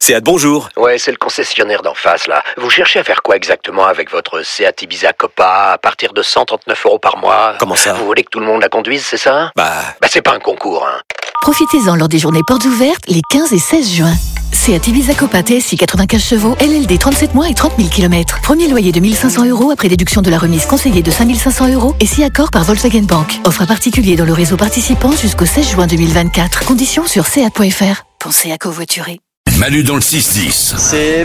Seat, bonjour. Ouais, c'est le concessionnaire d'en face, là. Vous cherchez à faire quoi exactement avec votre Seat Ibiza Copa à partir de 139 € par mois? Comment ça? Vous voulez que tout le monde la conduise, c'est ça? Bah, c'est pas un concours, hein. Profitez-en lors des journées portes ouvertes les 15 et 16 juin. Seat Ibiza Copa TSI 95 chevaux, LLD 37 mois et 30 000 km. Premier loyer de 1 500 € après déduction de la remise conseillée de 5 500 € et si accord par Volkswagen Bank. Offre à particulier dans le réseau participant jusqu'au 16 juin 2024. Conditions sur seat.fr. Pensez à covoiturer. Manu dans le 6-10. C'est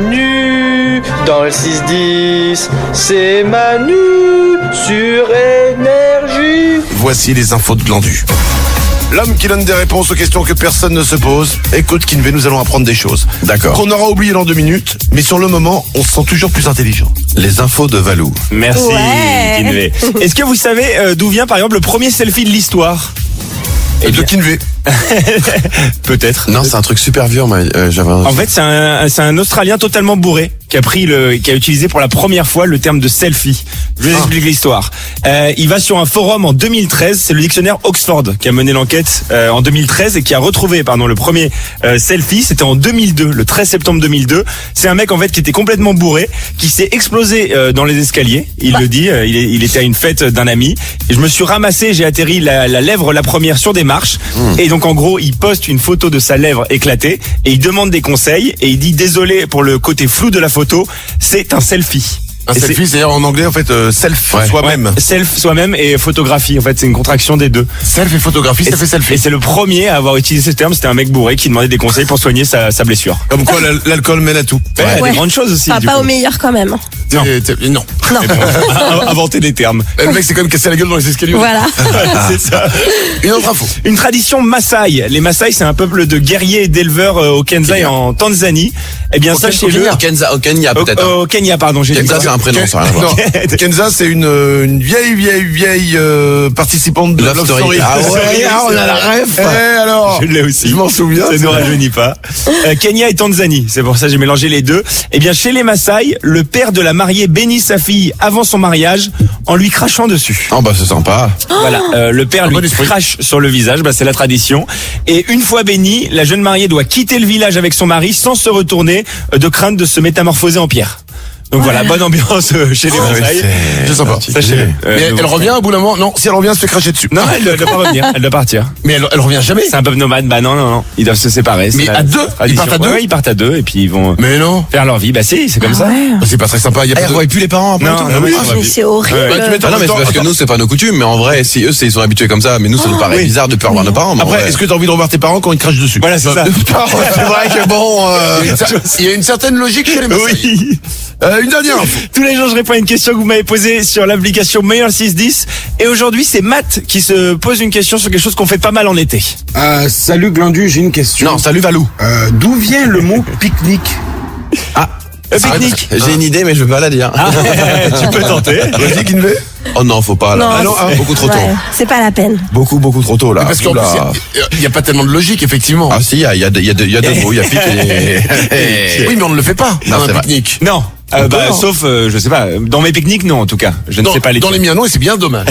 Manu dans le 6-10. C'est Manu sur Énergie. Voici les infos de Glandu. L'homme qui donne des réponses aux questions que personne ne se pose. Écoute, Kinvé, nous allons apprendre des choses. D'accord. Qu'on aura oublié dans 2 minutes, mais sur le moment, on se sent toujours plus intelligent. Les infos de Valou. Merci, Kinvé. Est-ce que vous savez d'où vient, par exemple, le premier selfie de l'histoire? De Kinvé. Peut-être. Non, c'est un truc super vieux. En fait, c'est un Australien totalement bourré qui a utilisé pour la première fois le terme de selfie. Je vous explique l'histoire. Il va sur un forum en 2013. C'est le dictionnaire Oxford qui a mené l'enquête en 2013 et qui a retrouvé, le premier selfie. C'était en 2002, le 13 septembre 2002. C'est un mec en fait qui était complètement bourré, qui s'est explosé dans les escaliers. Il le dit. Il était à une fête d'un ami. Et je me suis ramassé. J'ai atterri la lèvre la première sur des marches. Et donc en gros, il poste une photo de sa lèvre éclatée et il demande des conseils et il dit désolé pour le côté flou de la photo, c'est un selfie. Un selfie, c'est-à-dire en anglais, en fait, self, soi-même. Ouais, self, soi-même et photographie. En fait, c'est une contraction des deux. Self et photographie, ça fait selfie. Et c'est le premier à avoir utilisé ce terme. C'était un mec bourré qui demandait des conseils pour soigner sa blessure. Comme quoi, l'alcool mène à tout. Ouais. Des grandes choses aussi. Pas au meilleur quand même. Non. Inventer des termes. Le mec s'est quand même cassé la gueule dans les escaliers. Voilà. C'est ça. Une autre info. Une tradition Maasai. Les Maasai, c'est un peuple de guerriers et d'éleveurs au Kenya et en Tanzanie. Eh bien, sachez-le. Au Kenya, peut-être. Au Kenya, pardon. Kenza, c'est un prénom, ça n'a rien à voir. Kenza, c'est une vieille participante de Love Story. Ah ouais, on a la ref. Alors, je l'ai aussi. Je m'en souviens. Ça ne rajeunit pas. Kenya et Tanzanie, c'est pour ça que j'ai mélangé les deux. Eh bien, chez les Maasai, le père de la mariée bénit sa fille avant son mariage en lui crachant dessus. Oh bah c'est sympa. Voilà, le père lui crache sur le visage, c'est la tradition. Et une fois bénie, la jeune mariée doit quitter le village avec son mari sans se retourner, de crainte de se métamorphoser en pierre. Donc voilà, bonne ambiance chez les Maasai. C'est sympa. Mais elle revient au bout d'un moment. Non, si elle revient, elle se fait cracher dessus. Non, elle doit pas revenir, elle doit partir. Mais elle revient jamais. C'est un peuple nomade, non. Ils doivent se séparer. Mais à deux? Ils partent à deux? Ouais, ils partent à deux et puis ils vont faire leur vie. Si, c'est comme ça. C'est pas très sympa. Elle revoit plus les parents après. Non, mais c'est horrible. Non, mais c'est parce que nous, c'est pas nos coutumes. Mais en vrai, si eux, ils sont habitués comme ça. Mais nous, ça nous paraît bizarre de plus revoir nos parents. Après, est-ce que t'as envie de revoir tes parents quand ils te crachent dessus? Voilà, c'est ça. C'est vrai que bon, il y a une certaine logique chez les Maasai. Oui. Une dernière info. Tous les jours, je réponds à une question que vous m'avez posée sur l'application Meilleur 610. Et aujourd'hui, c'est Matt qui se pose une question sur quelque chose qu'on fait pas mal en été. Salut Glandu, j'ai une question. Non, salut Valou. D'où vient le mot pique-nique? Pique-nique. J'ai une idée, mais je veux pas la dire. Tu peux tenter. Vas-y, Kinvé. Oh non, faut pas. Beaucoup trop tôt. C'est pas la peine. Beaucoup trop tôt là. Parce qu'en plus, il y a pas tellement de logique, effectivement. Ah si, il y a deux mots, il y a pique et... Oui, mais on ne le fait pas dans un pique-nique. Non. Sauf, je sais pas, dans mes pique-niques, non, en tout cas. Je ne sais pas les. Dans les miens, non, et c'est bien dommage.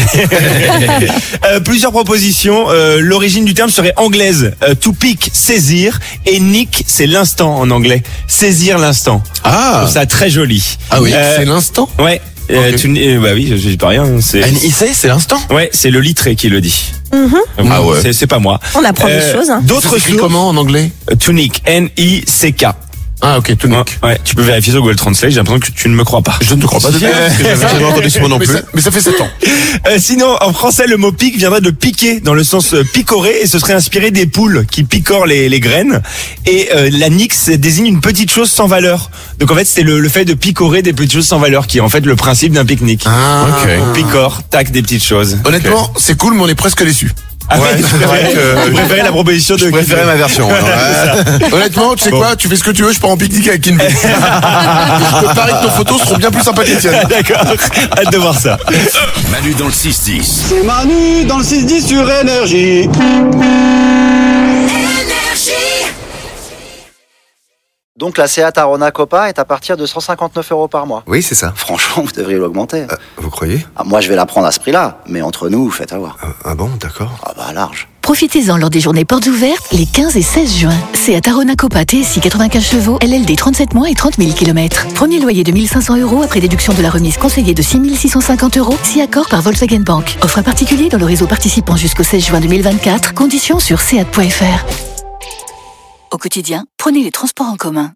Plusieurs propositions. L'origine du terme serait anglaise. To pick, saisir. Et nick, c'est l'instant en anglais. Saisir l'instant. Ah. Je trouve ça très joli. Ah oui. C'est l'instant? Ouais. Okay. Bah oui, je dis pas rien. C'est l'instant? Ouais, c'est le littré qui le dit. Ah ouais. C'est pas moi. On apprend des choses. D'autres sources. Comment en anglais? Tunic, N-I-C-K. Ah ok, tunique. Ouais, tu peux vérifier sur Google Translate, j'ai l'impression que tu ne me crois pas. Je ne te crois pas de J'avais entendu ce mot non plus. Mais ça fait 7 ans. Sinon, en français, le mot pique viendrait de piquer, dans le sens picorer, et ce serait inspiré des poules qui picorent les graines. Et la nix désigne une petite chose sans valeur. Donc en fait, c'est le fait de picorer des petites choses sans valeur, qui est en fait le principe d'un pique-nique. Ah, ok. On picore, tac, des petites choses. Honnêtement, c'est cool, mais on est presque déçus. Ah ouais, tu préférais la proposition de... Je préférais ma version. Honnêtement, tu sais quoi, tu fais ce que tu veux, je pars en pique-nique avec Kinvé. Je peux parier que nos photos seront bien plus sympas que les tiennes. D'accord, hâte de voir ça. Manu dans le 6-10. C'est Manu dans le 6-10 sur Énergie. Donc la Seat Arona Copa est à partir de 159 € par mois. Oui, c'est ça. Franchement, vous devriez l'augmenter. Vous croyez? Moi, je vais la prendre à ce prix-là, mais entre nous, faites avoir. Ah bon, d'accord. Ah bah large. Profitez-en lors des journées portes ouvertes les 15 et 16 juin. Seat Arona Copa TSI 95 chevaux, LLD 37 mois et 30 000 km. Premier loyer de 1 500 € après déduction de la remise conseillée de 6 650 €, si accord par Volkswagen Bank. Offre à particulier dans le réseau participant jusqu'au 16 juin 2024. Conditions sur seat.fr. Au quotidien, prenez les transports en commun.